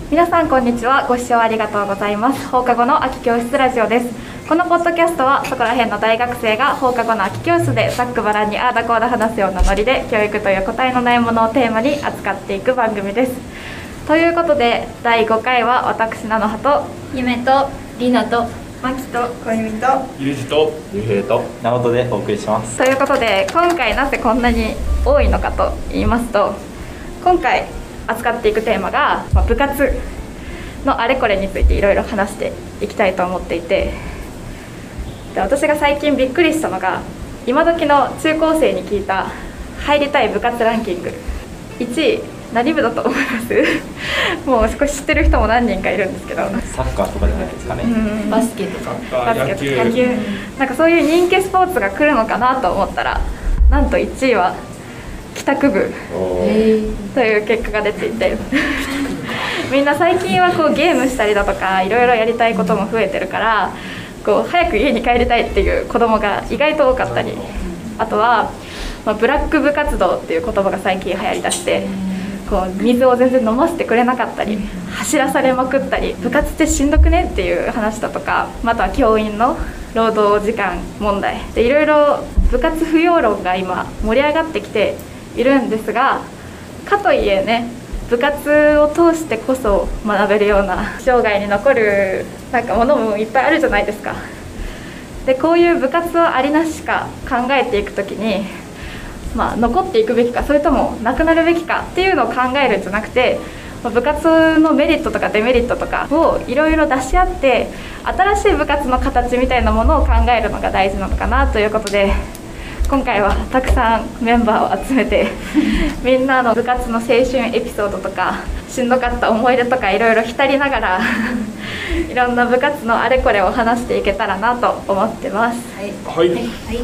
皆さんこんにちは。ご視聴ありがとうございます。放課後の空き教室ラジオです。このポッドキャストはそこら辺の大学生が放課後の空き教室でざっくばらんにあーだこーだ話すようなノリで教育という答えのないものをテーマに扱っていく番組です。ということで第5回は私菜の葉とゆめとりなとまきとこゆみとゆうじとゆうへいとなおとでお送りします。 ということで今回なぜこんなに多いのかと言いますと、今回扱っていくテーマが、部活のあれこれについていろいろ話していきたいと思っていて、で私が最近びっくりしたのが今時の中高生に聞いた入りたい部活ランキング1位何部だと思いますもう少し知ってる人も何人かいるんですけど、 サッカーとかじゃないですかね。 バスケとか野球なんかそういう人気スポーツが来るのかなと思ったら、なんと1位は帰宅部という結果が出ていてみんな最近はこうゲームしたりだとかいろいろやりたいことも増えてるから、こう早く家に帰りたいっていう子供が意外と多かったり、あとは、ブラック部活動っていう言葉が最近流行りだして、こう水を全然飲ませてくれなかったり走らされまくったり、部活ってしんどくねっていう話だとか、あとは教員の労働時間問題でいろいろ部活不要論が今盛り上がってきているんですが、かといえね、部活を通してこそ学べるような生涯に残るものもいっぱいあるじゃないですか。でこういう部活はありなしか考えていくときに、残っていくべきかそれともなくなるべきかっていうのを考えるんじゃなくて、部活のメリットとかデメリットとかをいろいろ出し合って、新しい部活の形みたいなものを考えるのが大事なのかなということで、今回はたくさんメンバーを集めてみんなの部活の青春エピソードとかしんどかった思い出とかいろいろ浸りながらいろんな部活のあれこれを話していけたらなと思ってます。 はい、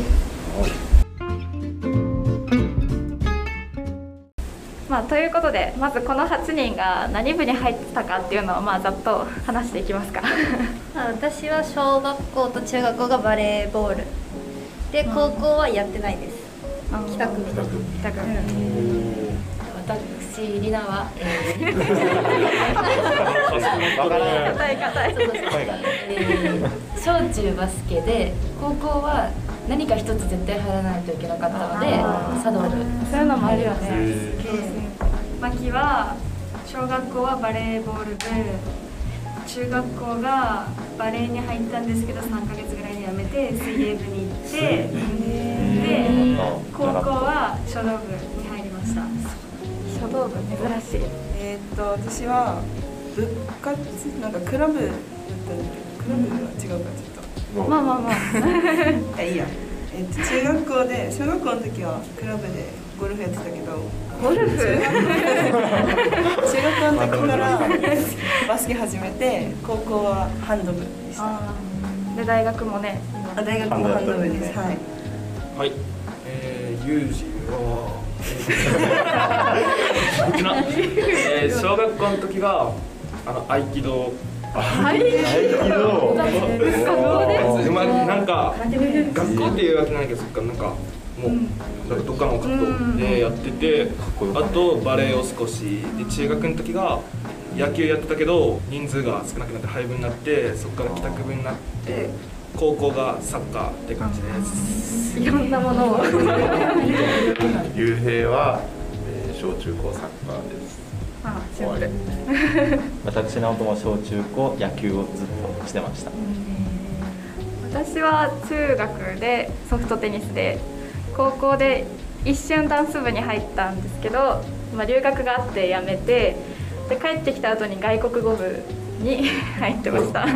ということで、まずこの8人が何部に入ってたかっていうのをざっと話していきますか私は小学校と中学校がバレーボールで、高校はやってないです。帰宅部。私りなは小中バスケで、高校は何か一つ絶対入らないといけなかったので茶道部。 そういうのもあるよね。 マキは小学校はバレーボール部、中学校がバレーに入ったんですけど3ヶ月ぐらいで辞めて水泳部に行って、で高校は書道部に入りました。 書道部珍しい。 私は部活クラブだったんだけど、クラブは違うかちょっといいや。中学校で小学校の時はクラブでゴルフやってたけど、 ゴルフ中学校の時からバスケ始めて、高校はハンド部でした。 で大学もね、 大学もハンド部です。はい、 ゆうじは小学校の時が合気道。なんか学校っていうわけないけど、そっかもうどっかの学校でやってて、あとバレエを少しで、中学の時が野球やってたけど人数が少なくなって廃部になって、そこから帰宅部になって、高校がサッカーって感じです。 いろんなものをゆうへいは、小中高サッカーです。私直人も小中高野球をずっとしてました。 私は中学でソフトテニスで、高校で一瞬ダンス部に入ったんですけど、留学があって辞めて、で帰ってきた後に外国語部に入ってました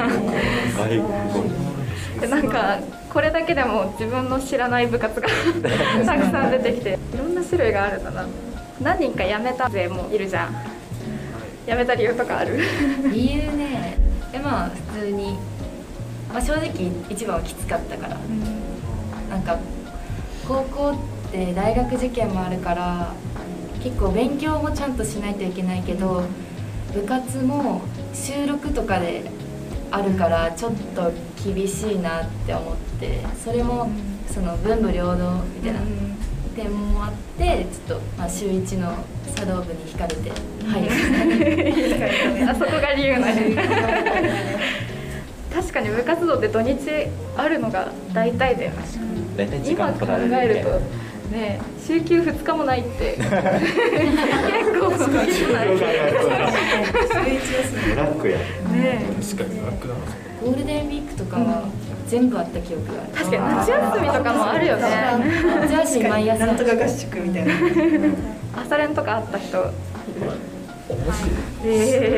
でこれだけでも自分の知らない部活がたくさん出てきて、いろんな種類があるんだな。何人か辞めた勢もいるじゃん。辞めた理由とかある？ 理由ね、普通に、正直一番はきつかったから、高校って大学受験もあるから結構勉強もちゃんとしないといけないけど、部活も週6とかであるからちょっと厳しいなって思って、それもその文武両道みたいな点もあってちょっと、まあ、週1の茶道部に惹かれて入るあそこが理由なん確かに部活動って土日あるのが大体だよね。今考えるとね、週休2日もないって結構少ない。 ブラックや。 ね、 確かにブラックだな。 ゴールデンウィークとかは全部あった記憶がある。 確かに夏休みとかもあるよね。 夏休み毎朝なんとか合宿みたいな。 朝練とかあった人。 面白い。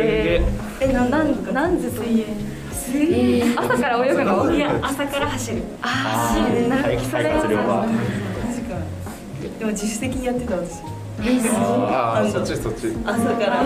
何時水泳？朝から泳ぐの？ いや、朝から走る。 走る。なんかそれは。 でも自主的にやってた私。 ああ、そっち。 朝から。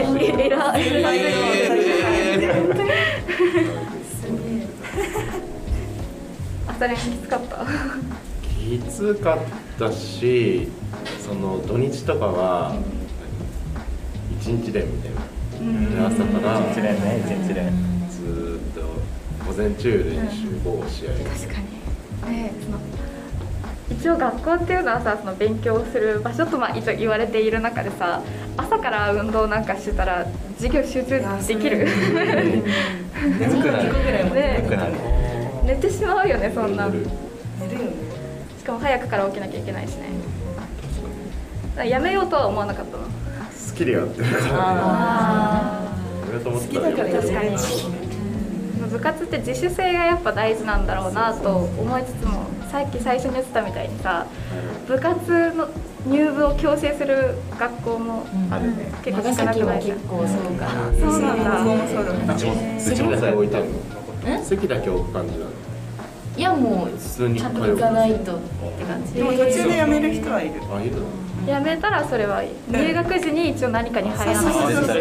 朝練きつかった。 きつかったし、その土日とかは一日練みたいな。で朝から一日練ね、一日練。 ずーっと午前中練習、午後試合。 確かに。ね、一応学校っていうのはさ、その勉強する場所と一応言われている中でさ、朝から運動なんかしてたら授業集中できる？ 眠くなる。 ね、寝てしまうよね、そんな。 寝るよね。 しかも早くから起きなきゃいけないしね。やめようとは思わなかったの？ 好きでやってるからね。好きだからやってる。 部活って自主性がやっぱ大事なんだろうなと思いつつも、さっき最初に言ってたみたいにさ、部活の入部を強制する学校も結構少なくないじゃん。 結構そうかな。 そうなんだ。 席だけ置いたの？席だけ置く感じなの？ いやもう普通にちゃんと行かないとって感じ。 でも途中で辞める人はいる。 あ、いる？ やめたらそれはいい。入学時に一応何かに入らなきゃいけない。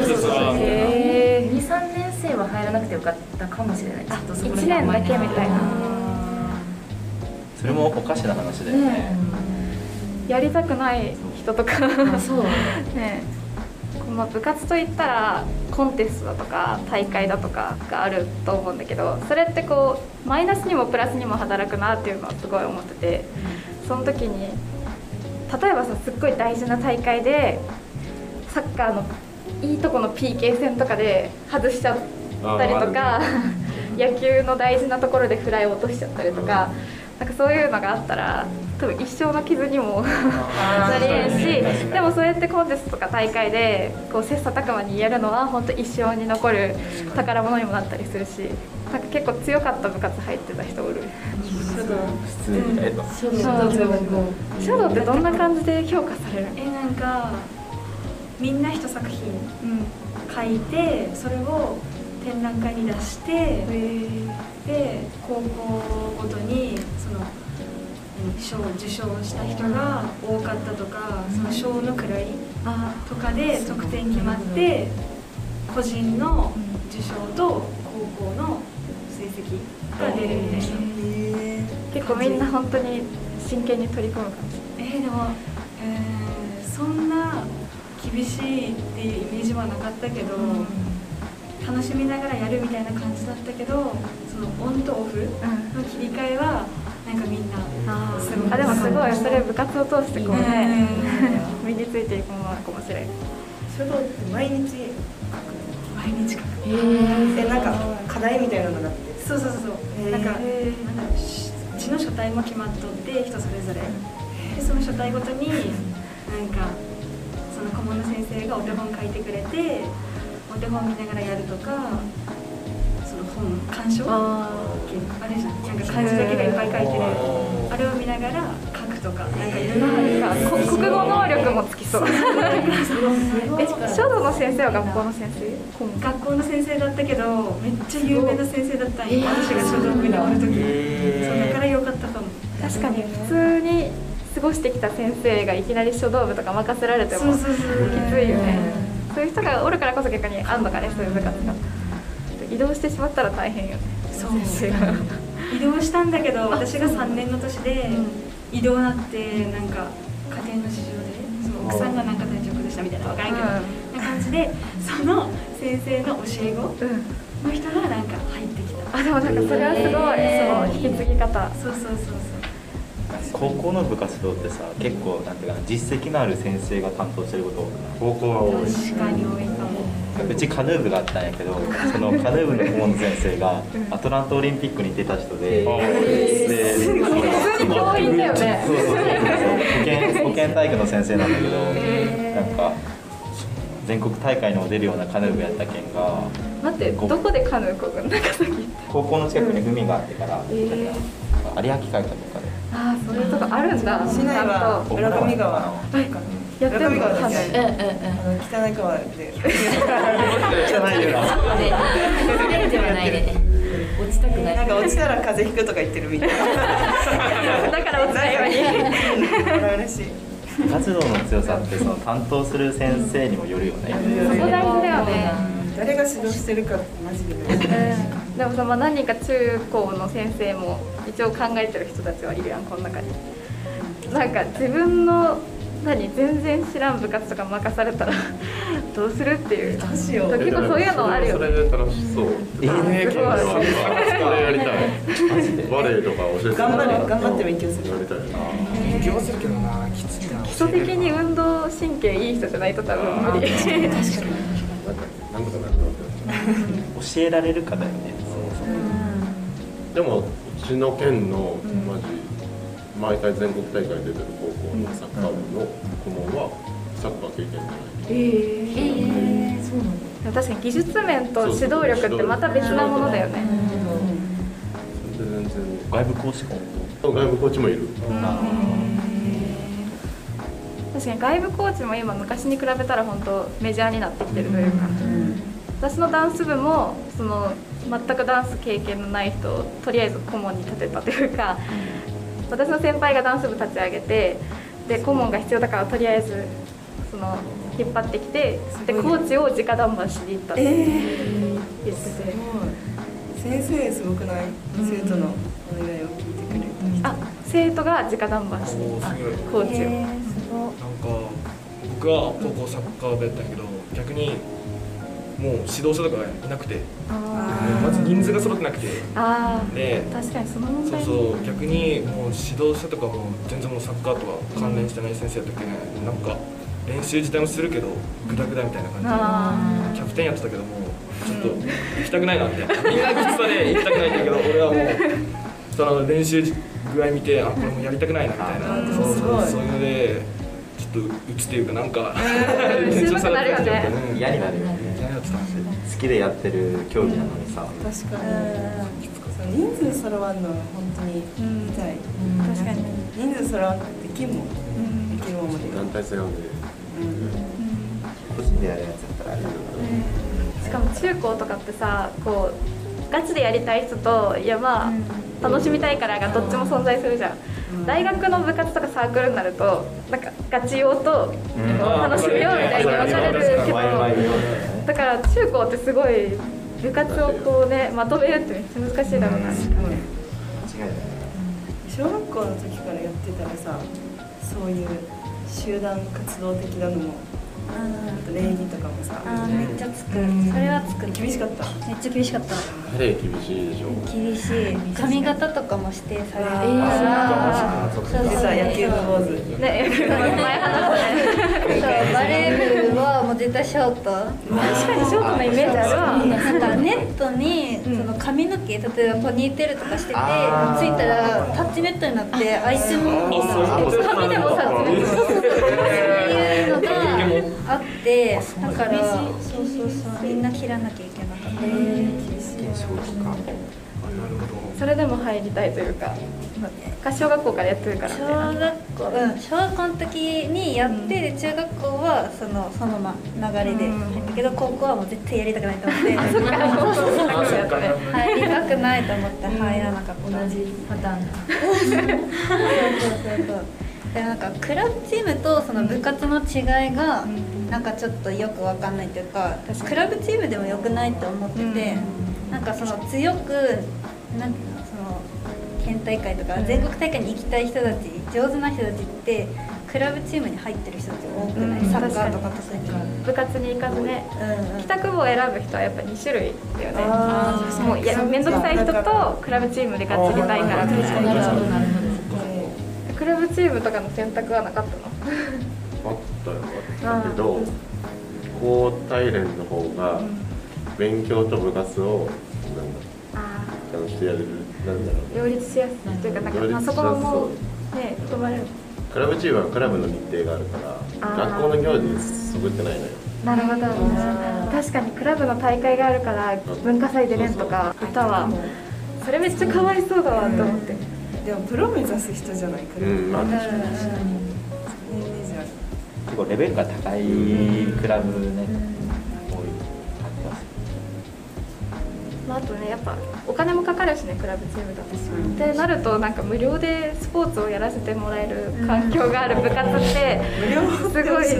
2、3年生は入らなくてよかったかもしれない。ちょっとそこら 1年だけみたいな。 それもおかしな話だよね。 やりたくない人とかそうね、部活といったらコンテストだとか大会だとかがあると思うんだけど、それってこうマイナスにもプラスにも働くなっていうのはすごい思ってて、その時に例えばさ、すっごい大事な大会でサッカーのいいとこの PK 戦とかで外しちゃったりとか、野球の大事なところでフライを落としちゃったりとか、なんかそういうのがあったら多分一生の傷にもなりえるし、でもそうやってコンテストとか大会でこう切磋琢磨にやるのは本当一生に残る宝物にもなったりするし、なんか結構強かった部活入ってた人おる。 普通に書道ってどんな感じで評価される？ なんかみんな一作品書いて、それを展覧会に出して、で高校ごとにその賞を受賞した人が多かったとか、その賞の位とかで得点決まって、個人の受賞と高校の成績が出るみたいな。 結構みんな本当に真剣に取り組む感じ。 でも、そんな厳しいっていうイメージはなかったけど、楽しみながらやるみたいな感じだったけど、そのオンとオフの切り替えはなんかみんなすごい。 でもすごいそれ部活を通してこうね身についていくものなのかもしれない。 書道って毎日書く？ 毎日書く。 なんか課題みたいなのがあって。 そう。なんだろう、字の書体も決まっとって人それぞれ。でその書体ごとになんかその顧問の先生がお手本書いてくれて、お手本見ながらやるとか、その本鑑賞あれじゃん、なんか漢字だけがいっぱい書いてるあれを見ながら書くとか、なんかいろいろあるか国語能力もつきそう。書道の先生は学校の先生？ 学校の先生だったけど、めっちゃ有名な先生だったんよ、私が書道部におる時。そうだから良かったかも。 確かに普通に過ごしてきた先生がいきなり書道部とか任せられてもきついよね。そういう人がおるからこそ逆にあんのかね、そういう部活が。移動してしまったら大変よね。 そう移動したんだけど、私が3年の年で移動なって、なんか家庭の事情でその奥さんがなんか体調崩したみたいな、分からんけど、な感じでその先生の教え子の人がなんか入ってきた。 でもなんかそれはすごい、その引き継ぎ方。 そう。 私高校の部活動ってさ、結構なんていうかな、実績のある先生が担当してること多くない？ 高校は多い。 確かに多いかも。 うちカヌー部があったんやけど、そのカヌー部の顧問の先生がアトランタオリンピックに出た人で、で、 普通に教員だよね。 そう保健体育の先生なんだけど、なんか全国大会にも出るようなカヌー部やったけんが。 待って、どこでカヌーこぐん？長崎って。 高校の近くに海があってから、有明海岸とかで。 ああ、そういうとこあるんだ。 市内は浦上川。 やってるのカヌ浦上川だー。 汚い川で。 汚いよな。 滑ってはないで。落ちたくない。 なんか落ちたら風邪ひくとか言ってるみたいな。 だから落ちないように。 嬉しい。 活動の強さってその担当する先生にもよるよね。 そこ大事だよね。 誰が指導してるかマジでね。 でもさ、まあ、何人か中高の先生も一応考えてる人たちはいるやん、この中に。なんか自分の全然知らん部活とか任されたらどうするっていう。 どうしよう。 結構そういうのあるよね。 それで楽しそう。 すごい。 これやりたい。バレエとか教えて。 頑張って勉強する。 やりたいな。 勉強するけどな、きついな。 基礎的に運動神経いい人じゃないと多分無理。 なんとかなる教えられるかだよね。 でもうちの県のマジ毎回全国大会出てる高校のサッカー部の顧問はサッカー経験じゃない。 そうなんだ。 確かに技術面と指導力ってまた別なものだよね。 全然外部講師も。 外部コーチもいる。 確かに外部コーチも今昔に比べたら本当メジャーになってきてるというか、私のダンス部もその全くダンス経験のない人をとりあえず顧問に立てたというか、私の先輩がダンス部立ち上げて、で顧問が必要だからとりあえずその引っ張ってきて、でコーチを直談判しに行ったって言ってて、 先生すごくない？生徒のお願いを聞いてくれる。 あ、生徒が直談判しに行ったコーチを。 なんか僕は高校サッカー部やったんやけど、逆にもう指導者とかがいなくて、まず人数が揃ってなくて、で確かにその問題。 そう逆にもう指導者とかも全然もうサッカーとか関連してない先生やったっけね、なんか練習自体もするけどグダグダみたいな感じで、キャプテンやってたけどもちょっと行きたくないなみたいな、みんなきつさで行きたくないんだけど、俺はもうその練習具合見て、あ、これもやりたくないなみたいな、そういうのでちょっと打つっていうか、なんか練習されてちゃってね、嫌になるよね。好きでやってる競技なのにさ。 確かに人数揃わんのは本当に痛い。 確かに人数揃わんできんもん。できるもんもできる。 団体戦なんで個人でやるやつだったらあれだしかも中高とかってさ、こうガチでやりたい人と、いやまあ楽しみたいからがどっちも存在するじゃん。大学の部活とかサークルになるとなんかガチ用と楽しみ用みたいに分かれるけど、だから中高ってすごい部活をこうねまとめるってめっちゃ難しいだろうな。 小学校の時からやってたらさ、そういう集団活動的なのも、あと礼儀とかもさ、 めっちゃつく。それはつく。 厳しかった。 めっちゃ厳しかった。 バレエ厳しいでしょ。 厳しい。髪型とかも指定される。 でさ、野球の坊主。 ね、前話バレー部はもう絶対ショート。 確かにショートのイメージあるわ。 なんかネットにその髪の毛、例えばポニーテールとかしてて、ついたらタッチネットになって相手も髪でもさ、そういうのがあって、だからみんな切らなきゃいけなかった。 それでも入りたいというか、小学校からやってるからみたいな。 小学校の時にやって、で中学校はそのまま流れで入ったけど、高校はもう絶対やりたくないと思って、入りたくないと思って入らなかった。 同じパターンだ。 そうで、なんかクラブチームとその部活の違いがなんかちょっとよくわかんないというか、クラブチームでもよくないと思ってて、なんかその強くなんていうの、その県大会とか全国大会に行きたい人たち、上手な人たちってクラブチームに入ってる人たち多くない？サッカーとか特に部活に行かずね、帰宅部を選ぶ人はやっぱ2種類だよね。もう面倒くさい人とクラブチームでガッツリたいからみたいな。クラチームとかの選択はなかったの？ あったよ、あったけど、高体連の方が勉強と部活をちゃんとしてやれる、なんだろう、 両立しやすいというか、なんかまあそこもね含まれる。 クラブチームはクラブの日程があるから学校の行事にそぐってないのよ。 なるほど。確かにクラブの大会があるから文化祭出れんとか歌はそれめっちゃかわいそうだわと思って。 でもプロ目指す人じゃないから。 まあ結構レベルが高いクラブね、多い感じがする。 まあ、あとねやっぱお金もかかるしね、クラブチームだとってなると、なんか無料でスポーツをやらせてもらえる環境がある部活ってすごい。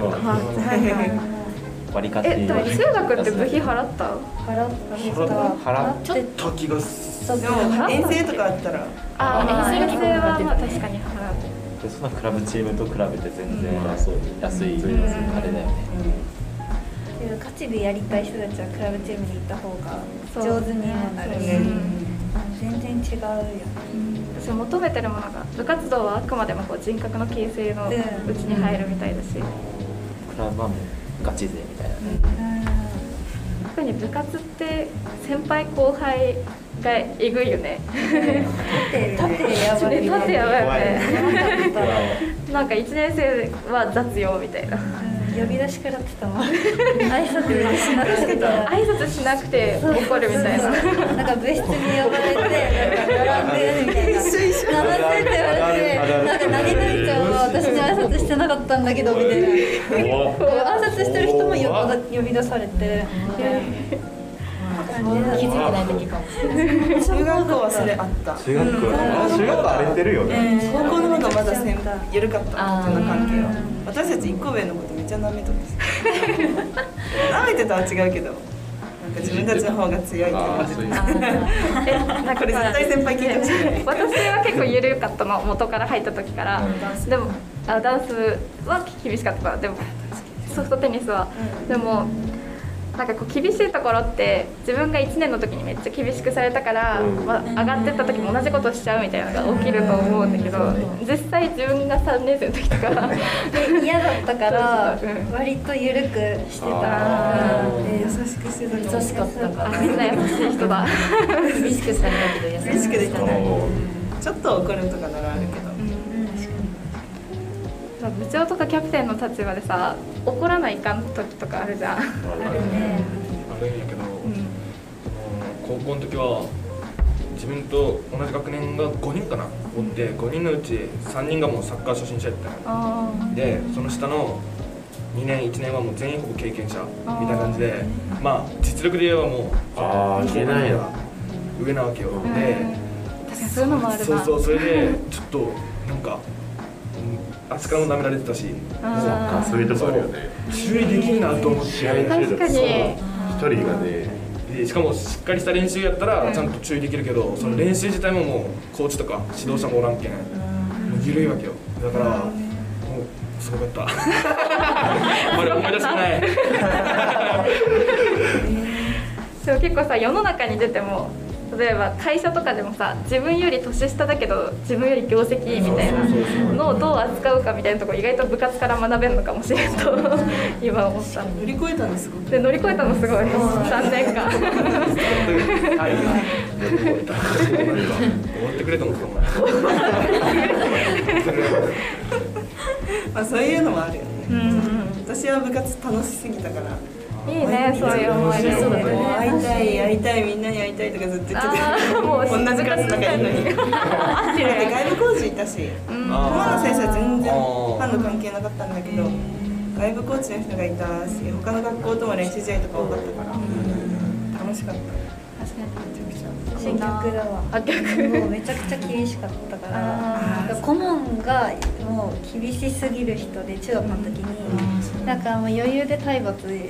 割り勘っていう。 でも中学って部費払った？ 払った気がする。 でも遠征とかあったら、 遠征はまあ確かに払う。 でそのクラブチームと比べて全然安いあれだよね。 ガチでやりたい人たちはクラブチームに行った方が上手にもなるし、全然違うよね。 私求めてるものが、部活動はあくまでもこう人格の形成のうちに入るみたいだし、 クラブはもうガチ勢みたいなね。 特に部活って先輩後輩がえぐいよね。 縦やばいよね。なんか1年生は雑用みたいな。 呼び出し食らってたもん。挨拶しなくて挨拶しなくて怒るみたいな。 なんか部室に呼ばれて並んでみたいな。並んでって言われて、なんか何々ちゃんは私に挨拶してなかったんだけどみたいな。挨拶してる人も呼び出されて。気づいてない時かもしれない。 中学校はそれあった。 中学校荒れてるよね。 高校の方がまだ緩かったその関係は。私たち1個上のことめっちゃ舐めとるし。舐めてとは違うけど、なんか自分たちの方が強いって思ってた。これ絶対先輩聞いてほしいね。 私は結構緩かったの、元から入った時から。でもダンスは厳しかったから。でもソフトテニスはでも。なんかこう厳しいところって自分が1年の時にめっちゃ厳しくされたから、上がってった時も同じことしちゃうみたいなのが起きると思うんだけど、実際自分が3年生の時とか嫌だったから割と緩くしてた。 優しくしてた。 優しかったから。 みんな優しい人だ。 厳しくされたけど優しくできない。ちょっと怒るとかならあるけど。 部長とかキャプテンの立場でさ、怒らないかん時とかあるじゃん。 あるんやけど、高校の時は自分と同じ学年が5人かなおって、5人のうち3人がもうサッカー初心者やったので、その下の2年1年はもう全員ほぼ経験者みたいな感じで、まあ実力で言えばもういけないな上なわけよ。で確かにそういうのもあるな。 そうそれでちょっとなんかあっちからも舐められてたし、 そういうとこあるよね。 注意できるなと思って、 確かに一人がね、 でしかもしっかりした練習やったらちゃんと注意できるけど、その練習自体ももうコーチとか指導者もおらんけん、もう緩いわけよ。だからもうすごかった。まだ思い出してない。 でも結構さ、世の中に出ても例えば会社とかでもさ、自分より年下だけど自分より業績いいみたいなのをどう扱うかみたいなところ、意外と部活から学べるのかもしれんと今思った。 乗り越えたんですごく。 で乗り越えたのすごい。3年間。 終わってくれと思ってたもん。 まあそういうのもあるよね。私は部活楽しすぎたから。 いいね、そういう思い出。 会いたいみんなに会いたいとかずっと言ってて、もう同じクラス仲いいのに。だって外部コーチいたし、浜野先生は全然ファンの関係なかったんだけど、外部コーチの人がいたし、他の学校とも練習試合とか多かったから楽しかった。 逆だわ。もうめちゃくちゃ厳しかったから、顧問がもう厳しすぎる人で、中学の時になんかもう余裕で体罰そう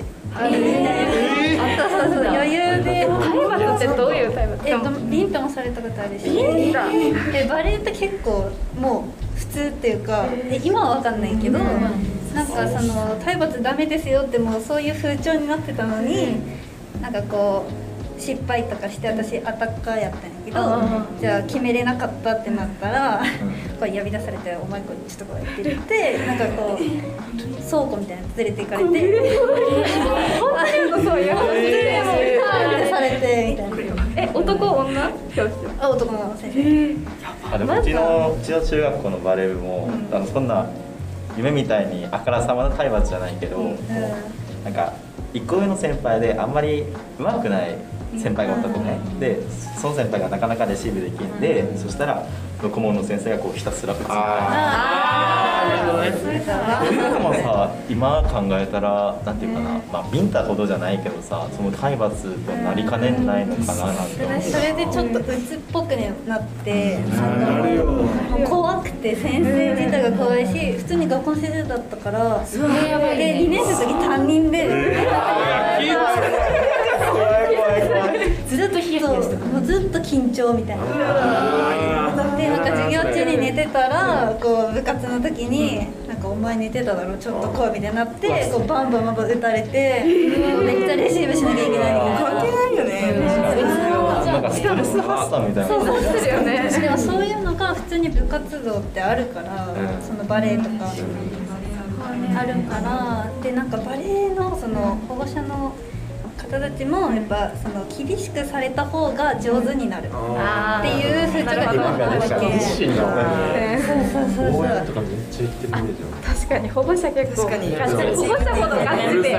余裕で。 体罰ってどういう体罰？ ビンタもされたことあるし、バレーって結構もう普通っていうか、今は分かんないけど、なんかその体罰ダメですよってもうそういう風潮になってたのに、なんかこう失敗とかして、私アタッカーやったんやけど、じゃあ決めれなかったってなったら、こう呼び出されて「お前これちょっとこうやって」言ってなんかこう倉庫みたいなの連れて行かれてそういうされてみたいな。 男女教室？ 男の先生。 でもうちの中学校のバレー部も、そんな夢みたいにあからさまな体罰じゃないけど、なんか1個上の先輩であんまり上手くない先輩がおったとね、でその先輩がなかなかレシーブできんで、そしたら顧問の先生がこうひたすらぶつけて、僕もさ今考えたらなんていうかな、まあビンタほどじゃないけどさ、その体罰となりかねないのかななんて思って。 それでちょっと鬱っぽくなって、怖くて先生自体が怖いし、普通に学校の先生だったから、で2年生の時担任で。ずっとヒヤヒヤしてた。もうずっと緊張みたいな。でなんか授業中に寝てたら、こう部活の時になんかお前寝てただろちょっと来いみたいになって、こうバンバン打たれて、めっちゃレシーブしなきゃいけないみたいな。 関係ないよね。 なんかストレス発散みたいな。 そうですよね。でもそういうのが普通に部活動ってあるから、そのバレエとかあるから、でなんかバレエのその保護者の方たちもやっぱその厳しくされた方が上手になるっていう風潮が出てくるわけ。 応援とかめっちゃ言ってるイメージある。 確かに保護者結構保護者ほどガチで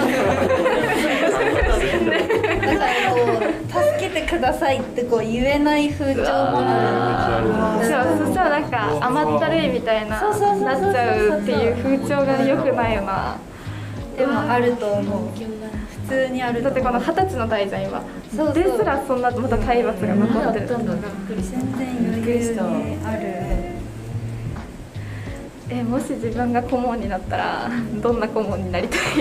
だからこう助けてくださいってこう言えない風潮もある。 そしたらなんか甘ったるいみたいななっちゃうっていう風潮が良くないよな。 でもあると思う。普通にある。 だってこの20歳の代じゃん今。ですらそんなまた体罰が残ってる。 全然余裕にある。 もし自分が顧問になったらどんな顧問になりたい？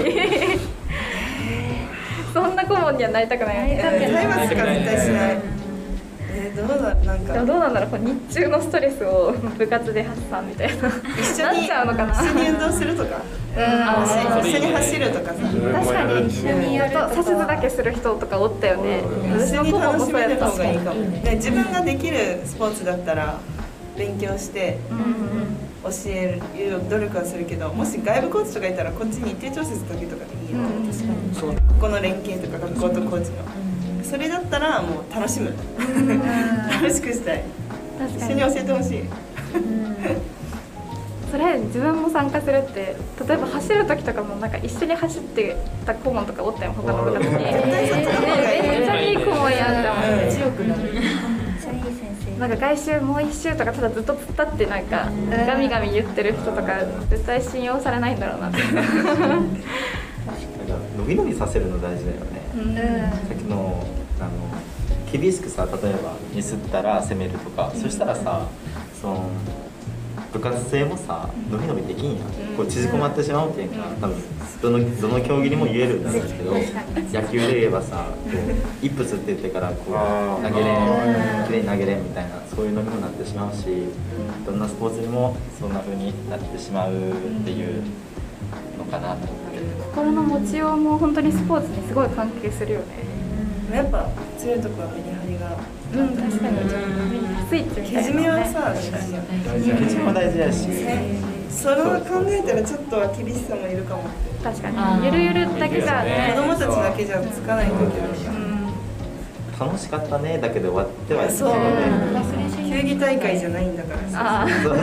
そんな顧問にはなりたくないよね。 体罰か絶対しない。どうなんか。 どうなんだろう。日中のストレスを部活で発散みたいな。 一緒になっちゃうのかな。 一緒に運動するとか。一緒に走るとかさ。 確かに一緒にやると指図だけする人とかおったよね。 一緒に楽しめる方がいいかも。自分ができるスポーツだったら勉強して教える努力はするけど、もし外部コーチとかいたらこっちに一定調節だけとかでいいよ。ここの連携とか学校とコーチの。それだったらもう楽しむ。楽しくしたい。一緒に教えてほしい。 それ自分も参加するって、例えば走る時とかもなんか一緒に走ってた顧問とかおったよ他の部活に。めっちゃいい顧問やんって思って。 強くなる。めっちゃいい先生。 なんか外周もう一周とかただずっと突っ立ってなんかガミガミ言ってる人とか絶対信用されないんだろうなって。 伸び伸びさせるの大事だよね。さっきの厳しくさ、例えばミスったら責めるとか、そしたらさ、その部活生もさ伸び伸びできんやん。こう縮こまってしまうけんか、多分どの競技にも言えるんだけど、野球で言えばさ、イップスって言ってからこう投げれん、きれいに投げれんみたいな、そういうのにもなってしまうし、どんなスポーツにもそんな風になってしまうっていうのかなと思って。 心の持ちようも本当にスポーツにすごい関係するよね。 やっぱ強いところはメリハリが。 確かにスイッチみたいな。 けじめはさ、 けじめも大事だし、 それを考えたらちょっとは厳しさもいるかもって。 確かにゆるゆるだけじゃね、 子供たちだけじゃつかない時あるから。 楽しかったねだけで終わってはいけそう、 ないよね。 球技大会じゃないんだからさ。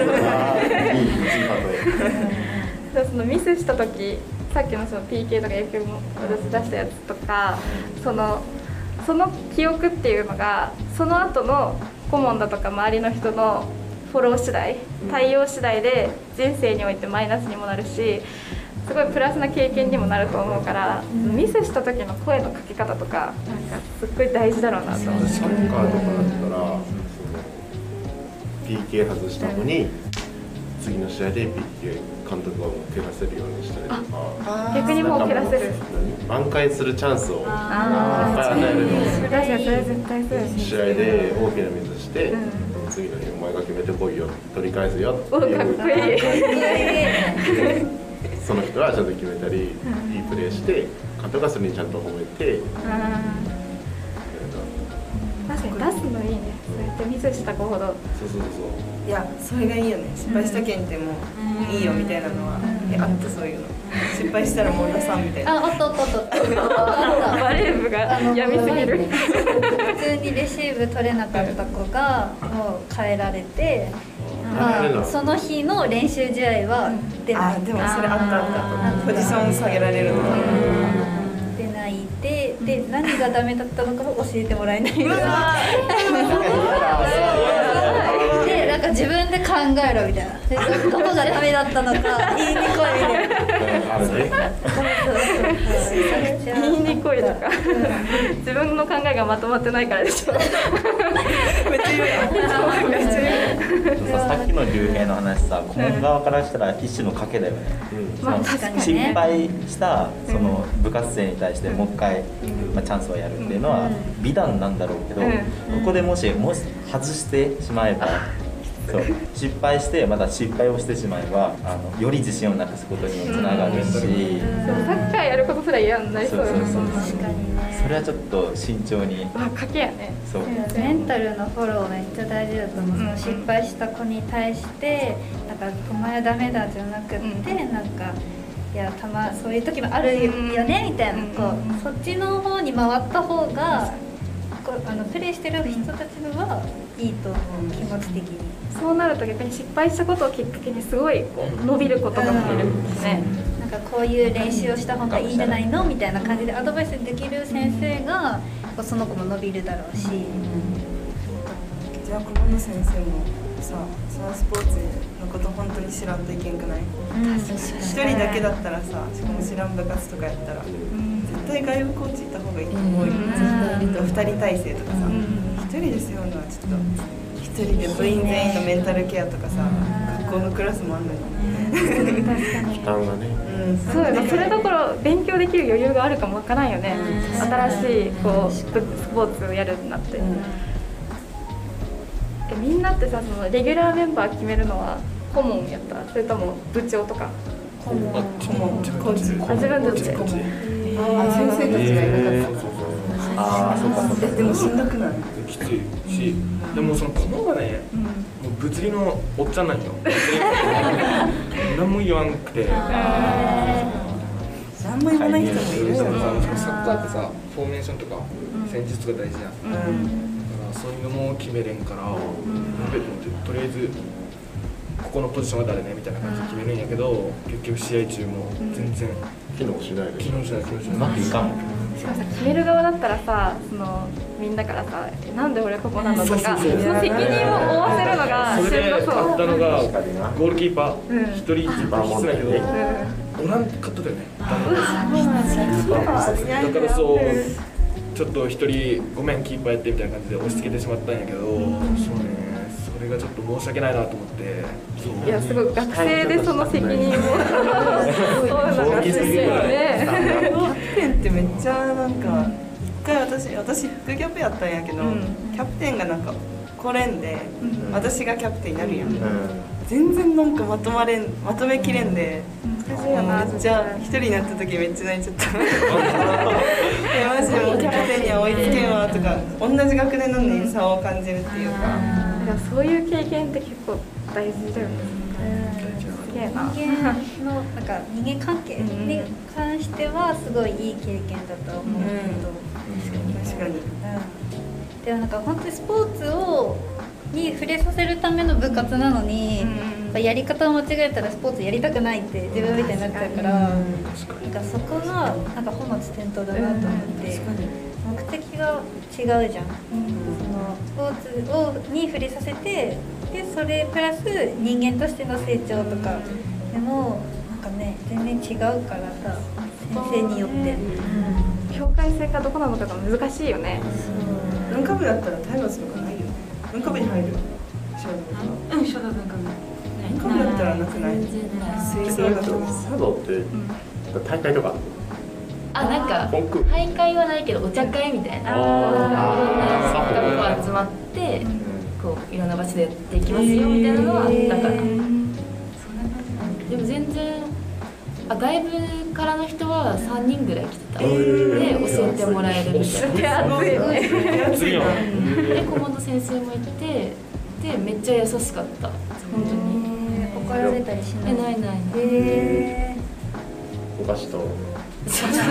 そのミスした時、さっきのその PK とか野球も私出したやつとか、その記憶っていうのがその後の顧問だとか周りの人のフォロー次第、対応次第で人生においてマイナスにもなるし、すごいプラスな経験にもなると思うから、ミスした時の声のかけ方とかなんかすっごい大事だろうなと思って。 サッカーとかだったら、PK 外したのに次の試合で PK 監督が蹴らせるようにしたりとか、 逆にもう蹴らせる、 挽回するチャンスをいっぱい与えるの。 確かにそれ絶対そうですね。 試合で大きなミスして、次の日お前が決めてこいよ、取り返すよっていう。 かっこいい。 その人はちゃんと決めたり、いいプレーして監督がそれにちゃんと褒めて。 確かかに出すのいいね。そうやってミスした子ほど。 そうそうそう。 いやそれがいいよね。失敗したけんでもいいよみたいなのは、あったそういうの。失敗したらもう出さんみたいな。 あったバレー部がやみすぎる。 普通にレシーブ取れなかった子がもう変えられて、その日の練習試合は出ない。 でもそれあった。ポジション下げられるの。 出ないで何がダメだったのかも教えてもらえない。でなんか自分で考えろみたいな。どこがダメだったのか言いに来いみたいな。 言いに来いとか。自分の考えがまとまってないからでしょ。 さっきの竜兵の話さ、顧問側からしたら一種の賭けだよね。失敗したその部活生に対してもう一回チャンスをやるっていうのは美談なんだろうけど、ここでもし外してしまえば、そう失敗してまた失敗をしてしまえばより自信をなくすことにもつながるし、 サッカーやることすら嫌になりそうだね。 確かにね。 それはちょっと慎重に。 賭けやね。 そう。 メンタルのフォローめっちゃ大事だと思う。その失敗した子に対してなんかお前はダメだじゃなくってなんか。いやそういう時もあるよねみたいな、そっちの方に回った方がプレーしてる人たちのはいいと思う、気持ち的に。 そうなると逆に失敗したことをきっかけにすごい伸びることができるんですね。 なんかこういう練習をした方がいいんじゃないのみたいな感じでアドバイスできる先生がその子も伸びるだろうし。 じゃあ顧問の先生もさ、そのスポーツのこと本当に知らんといけんくない？一人だけだったらさ、しかも知らん部活とかやったら、絶対外部コーチいた方がいいと思うよ。2人体制とかさ、1人で背負うのはちょっと、1人で部員全員のメンタルケアとかさ、学校のクラスもあんのに。 負担がね。 そうよね。それどころ勉強できる余裕があるかもわからんよね。新しいこうスポーツをやるになって。みんなってさ、そのレギュラーメンバー決めるのは顧問やった？それとも部長とか？ 顧問、コーチ。 自分たちで。 先生たちがいなかった。そうか。でもしんどくない？ きついし、でもその顧問がね、もう物理のおっちゃんなんよ。何も言わんくて。 何も言わない人もいるよ。 サッカーってさ、フォーメーションとか戦術が大事じゃん。そういうのも決めれんから、とりあえずここのポジションは誰ねみたいな感じで決めるんやけど、結局試合中も全然機能しないで。 機能しない。 うまくいかんもん。 しかもさ、決める側だったらさ、みんなからさ、なんで俺ここなのとか、その責任を負わせるのがそれでそう。 勝ったのがゴールキーパー一人必須だけど、おらんかっただよね。だからそう。ちょっと一人ごめんキーパーやってみたいな感じで押し付けてしまったんやけど、そうね、それがちょっと申し訳ないなと思って。 いやすごい学生でその責任をそうなんかしすぎるね。 キャプテンってめっちゃなんか一回私副キャプやったんやけど、キャプテンがなんか来れんで、私がキャプテンになるやん。全然なんかまとめきれんで。めっちゃ一人になった時めっちゃ泣いちゃった。マジでもうキャプテンには追いつけんわとか、同じ学年なのに差を感じるっていうか。 そういう経験って結構大事だよね。すげえな。 人間関係に関してはすごいいい経験だと思うけど。 確かに。 でもなんか本当にスポーツに触れさせるための部活なのに、やり方を間違えたらスポーツやりたくないって自分みたいになっちゃうから、なんかそこがなんか本末転倒だなと思って、目的が違うじゃん。スポーツに触れさせて、でそれプラス人間としての成長とかでもなんかね全然違うからさ、先生によって。 境界線がどこなのかが難しいよね。 文化部だったら体罰とかないよ。文化部に入る。 小学文化部。 文化部だったらなくない？吹奏楽とか。 茶道って大会とか。 なんか大会はないけどお茶会みたいな。いろんな作家が集まってこういろんな場所でやっていきますよみたいなのはあったから。でも全然外部からの人は3人ぐらい来てた。で教えてもらえるみたいな。 熱いね。 熱いやん。 で顧問の先生もいて、でめっちゃ優しかった。本当に。 怒られたりしない。 ない。 お菓子と。 言わ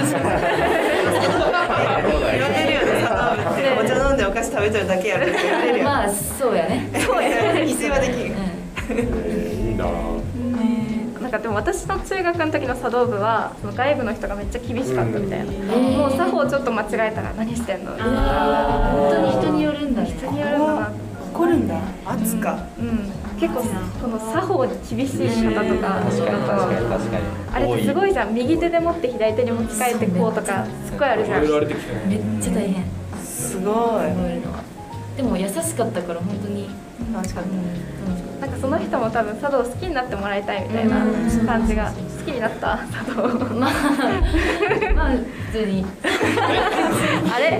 れるよね、佐藤ってお茶飲んでお菓子食べてるだけやろって言われるよ。 まあそうやね。 そうやね。必要はできる。 いいな。 なんかでも私の中学の時の茶道部はその外部の人がめっちゃ厳しかったみたいな。もう作法ちょっと間違えたら何してんの。 本当に人によるんだね。 人によるんだな。 怒るんだ。圧か。 結構この作法に厳しい方とか確かにあれってすごいじゃん。右手で持って左手に持ち替えてこうとかすっごいあるじゃん。 めっちゃ大変。 すごい。 でも優しかったから本当に楽しかった。 なんかその人も多分茶道好きになってもらいたいみたいな感じが。好きになった茶道。 まあ普通に。 あれ？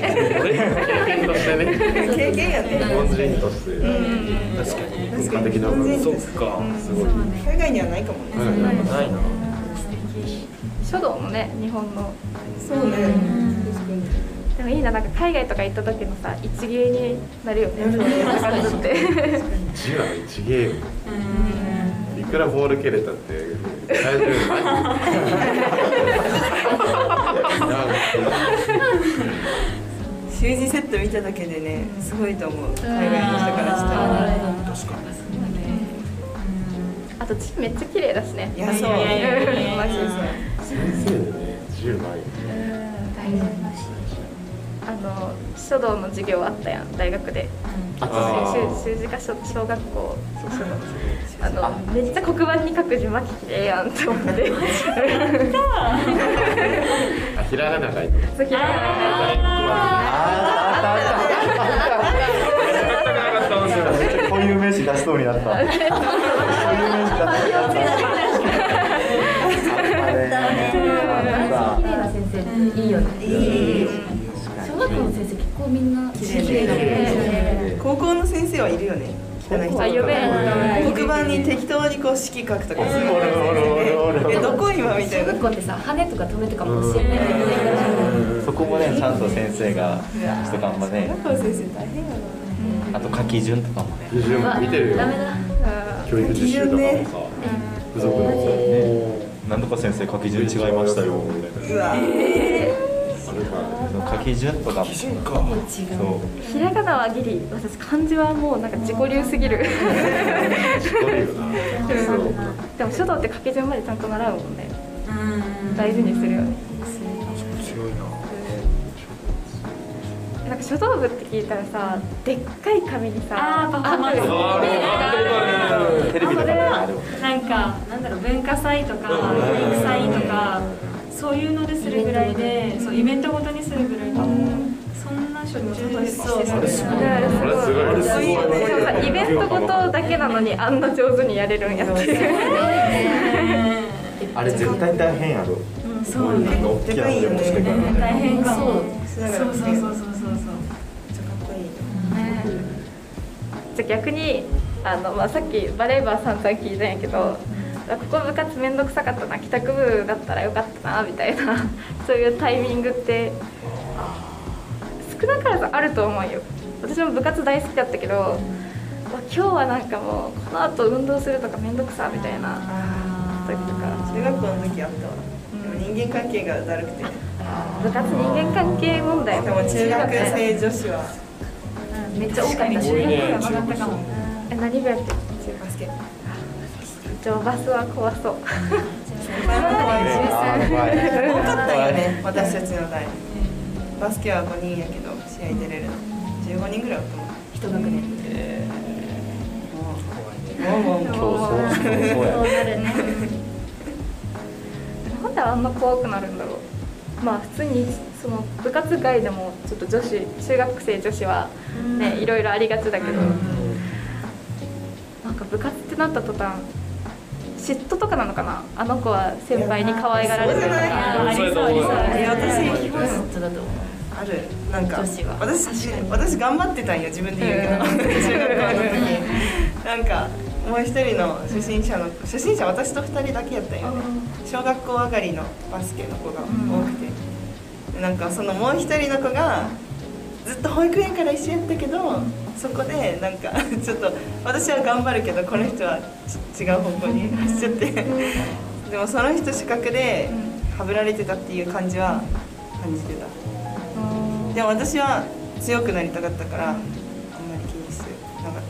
経験やね。 日本人として確かに文化的な部分。 そっか。 すごい。 海外にはないかもね。 ないな。 書道もね日本の。 そうね。 でもいいな、なんか海外とか行った時のさ一芸になるよね。部活って。 自我の一芸。いくらボール蹴れたって大丈夫。 習字セット見ただけでね、すごいと思う。海外の人からしたら。 確かに。 あと字めっちゃ綺麗だしね。 いやそう。マジで先生でね、10枚。 書道の授業あったやん大学で。習字か小学校。めっちゃ黒板に書く字巻き綺麗やんって思って。 ひらがな書いて。 そうひらがな。 こういう名詞出しそうになった。こういう名詞出しそうになった。 綺麗な先生いいよね。小学校の先生結構みんな綺麗だね。 高校の先生はいるよね。汚い人。黒板に適当にこう式書くとかする。どこ今みたいな。 小学校ってさ、羽とか止めとかも教えないといけないから。 そこもねちゃんと先生がとかもね。 小学校の先生大変やな。 あと書き順とかもね。 基準見てるよ。 ダメだ。 教育実習とかもさ、付属のなんとか先生書き順違いましたよみたいな。 うわ。 書き順とかも。そう。 ひらがなはギリ、私漢字はもうなんか自己流すぎる。でも書道って書き順までちゃんと習うもんね。大事にするよね。 強いな。 なんか書道部って聞いたらさ、でっかい紙にさ、 パフォーマンステレビとかである。 なんかなんだろう、文化祭とか体育祭とかそういうのでするぐらいで、そうイベントごとにするぐらいで、そんなしょっちゅうですそうあれすごいよね。 イベントごとだけなのにあんな上手にやれるんやって。 あれ絶対大変やろ。 そうね。 でかいよね。 大変かも。そうめっちゃかっこいい。 じゃあ逆にさっきバレーバー散々聞いたんやけど、ここ部活めんどくさかったな、帰宅部だったらよかったなみたいなそういうタイミングって少なからずあると思うよ。私も部活大好きだったけど、今日はなんかもうこの後運動するとかめんどくさみたいな時とか。 中学校の時あったわ。でも人間関係がだるくて。 部活人間関係問題。 しかも中学生女子はめっちゃ多かった。中学生はかったかも。何部やってる？ バスケ。 バスは怖そう。 先輩も怖いし。多かったよね、私たちの代。バスケは5人やけど試合出れるの15人ぐらいだと思う。 一学年。 そうなるね。なんであんな怖くなるんだろう。まあ普通にその部活外でもちょっと中学生女子はねいろいろありがちだけど、なんか部活ってなった途端嫉妬とかなのかな。あの子は先輩に可愛がられてるとか。 ありそう。 私本当だと思う。 ある。なんか私頑張ってたんよ、自分で言うけど。中学校の時なんかもう一人の初心者私と2人だけやったんよね。小学校上がりのバスケの子が多くて、なんかそのもう一人の子がずっと保育園から一緒やったけど、そこでなんかちょっと私は頑張るけどこの人は違う方向に走っちゃってでもその人視覚ではぶられてたっていう感じは感じてた。でも私は強くなりたかったからあんまり気にしてなかった。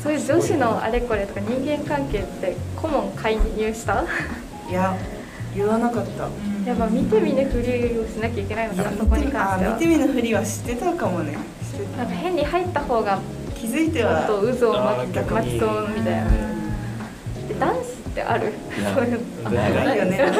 そういう女子のあれこれとか人間関係って顧問介入した？ いや、言わなかった。 やっぱ見て見ぬふりをしなきゃいけないのかな、そこに関しては。 見て見ぬふりはしてたかもね。 なんか変に入った方が気づいてはもっと渦を巻きそうみたいな。で男子ってある？そういうのないよね。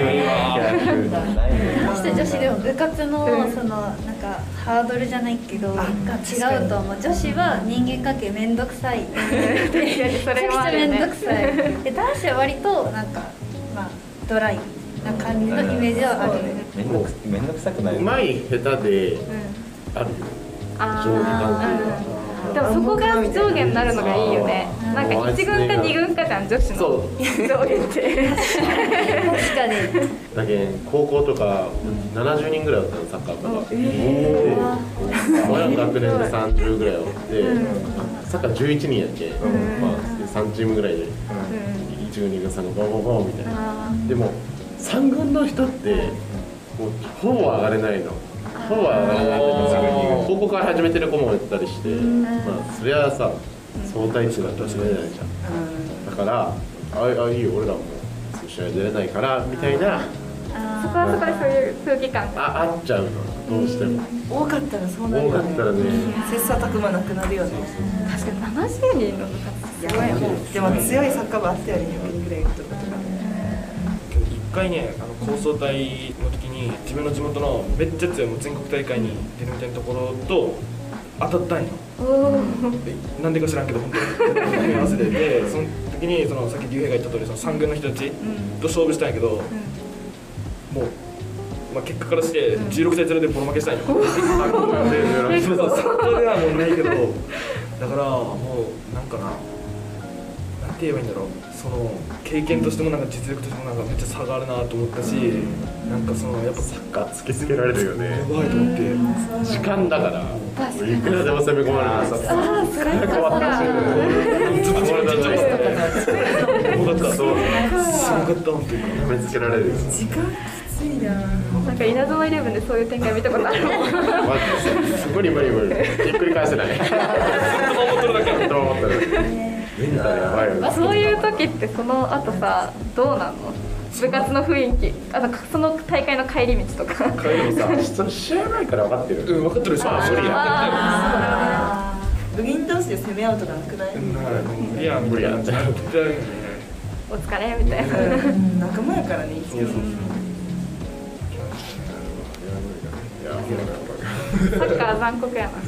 私たち女子でも部活のそのなんかハードルじゃないけどが違うと思う。女子は人間関係めんどくさい。 それはめんどくさい。で男子は割となんかまあドライな感じのイメージはある。 めんどくさくない。 うまい下手であるよ。上下関係が。 でもそこが上下になるのがいいよね。なんか1軍か2軍かじゃん、女子の上下って。 確かに。 だけど高校とか70人ぐらいだったの、サッカー部が。親学年で30ぐらいおって、サッカー11人やっけ。まあ3チームぐらいで1軍2軍3軍ボンボンボンみたいな。でも3軍の人ってもうほぼ上がれないの。ほぼ上がれない高校から始めてる子もいたりして、まあそりゃさ相対値だと出れないじゃん。だからあいいよ俺らも試合出れないからみたいな。 そこはそこでそういう空気感があっちゃうのどうしても。 多かったらそうなるよね。 多かったらね。 切磋琢磨なくなるよね。 確かに70人の部活すごいよね。 でも強いサッカー部あったよね、100人ぐらいいるとか。 一回ね、構想隊の時に自分の地元のめっちゃ強いもう全国大会に出るみたいなところと当たったんよ。なんでか知らんけど本当に組み合わせで、その時にそのさっき竜兵が言った通りその3軍の人たちと勝負したんやけど、もう、まあ、結果からして16対0でボロ負けしたんよ。そうそれはもうないけど、だからもうなんかなんて言えばいいんだろう、その経験としてもなんか実力としてもなんかめっちゃ差があるなと思ったし、なんかそのやっぱサッカー突きつけられるよね。 やばいと思って。 時間だからいくらでも攻め込まれる。 それ変わったちょっと俺だとよかった。すごかった本当に。 決めつけられる。 時間きついな。 なんか稲妻イレブンでそういう展開見たことある。 無理無ひっくり返せない。ずっと守ってるだけ。ずっと守ってる。 そういう時ってその後さどうなの？部活の雰囲気、その大会の帰り道とか。 帰り道さ、試合前から分かってる。 分かってるでしょ。 部員同士で攻め合うとかなくない？ 無理や無理や。 お疲れみたいな。 仲間やからね一応。 サッカー残酷やな。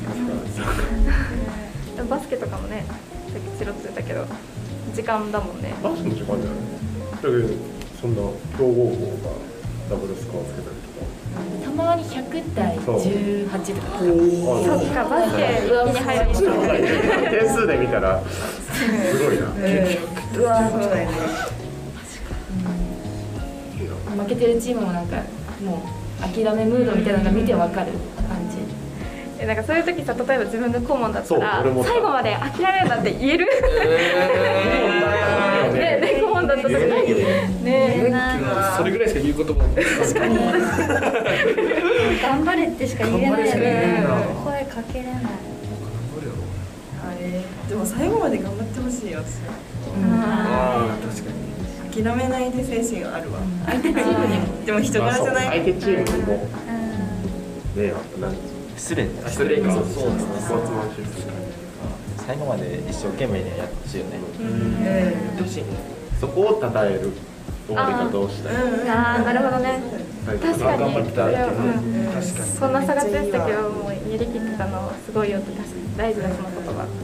バスケとかもね、さっきチロッと言ったけど時間だもんね。 バスケの時間じゃない？だけどそんな強豪校がダブルスコアをつけたりとか。 たまに100対18とか。 そっか、バスケ上に入る人。 点数で見たらすごいな。 うわそうだよね。 負けてるチームもなんかもう諦めムードみたいなのが見てわかる感じ。 なんかそういう時さ、例えば自分が顧問だったら最後まで諦めるなんて言える？ね、顧問だった時にね、 それぐらいしか言うことも確かに頑張れってしか言えないよね。声かけれない。 でも最後まで頑張ってほしいよ私は。確かに諦めないで精神あるわ。相手チームにもでも人柄じゃない。 相手チームにもね、 失礼か。 そうですね。 最後まで一生懸命にやってほしいよね。 そこを称える終わり方をしたい。 なるほどね。確かに。そんな差がついてたけどもうやりきってたのすごいよって確かに大事なその言葉。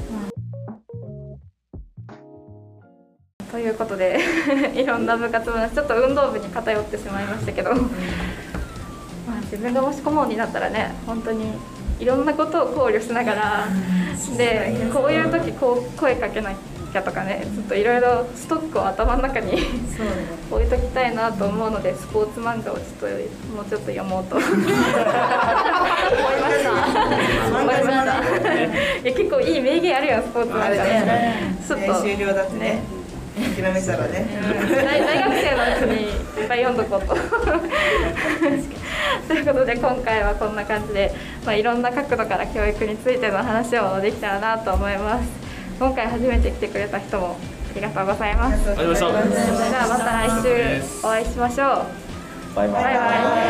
ということでいろんな部活のちょっと運動部に偏ってしまいましたけど、まあ自分がもし顧問になったらね、本当にいろんなことを考慮しながらで、こういう時こう声かけなャとかね、ちょっといろいろストックを頭の中に置いときたいなと思うので、スポーツ漫画をちょっともうちょっと読もうと思いました。いや結構いい名言あるよ、スポーツ漫画ね。ちょっと終了だってね。諦めたらね。 大学生のうちにいっぱい読んどこうと。ということで今回はこんな感じで、いろんな角度から教育についての話をできたらなと思います。今回初めて来てくれた人もありがとうございます。 ありがとうございました。 それではまた来週お会いしましょう。 バイバイ。 バイバイ。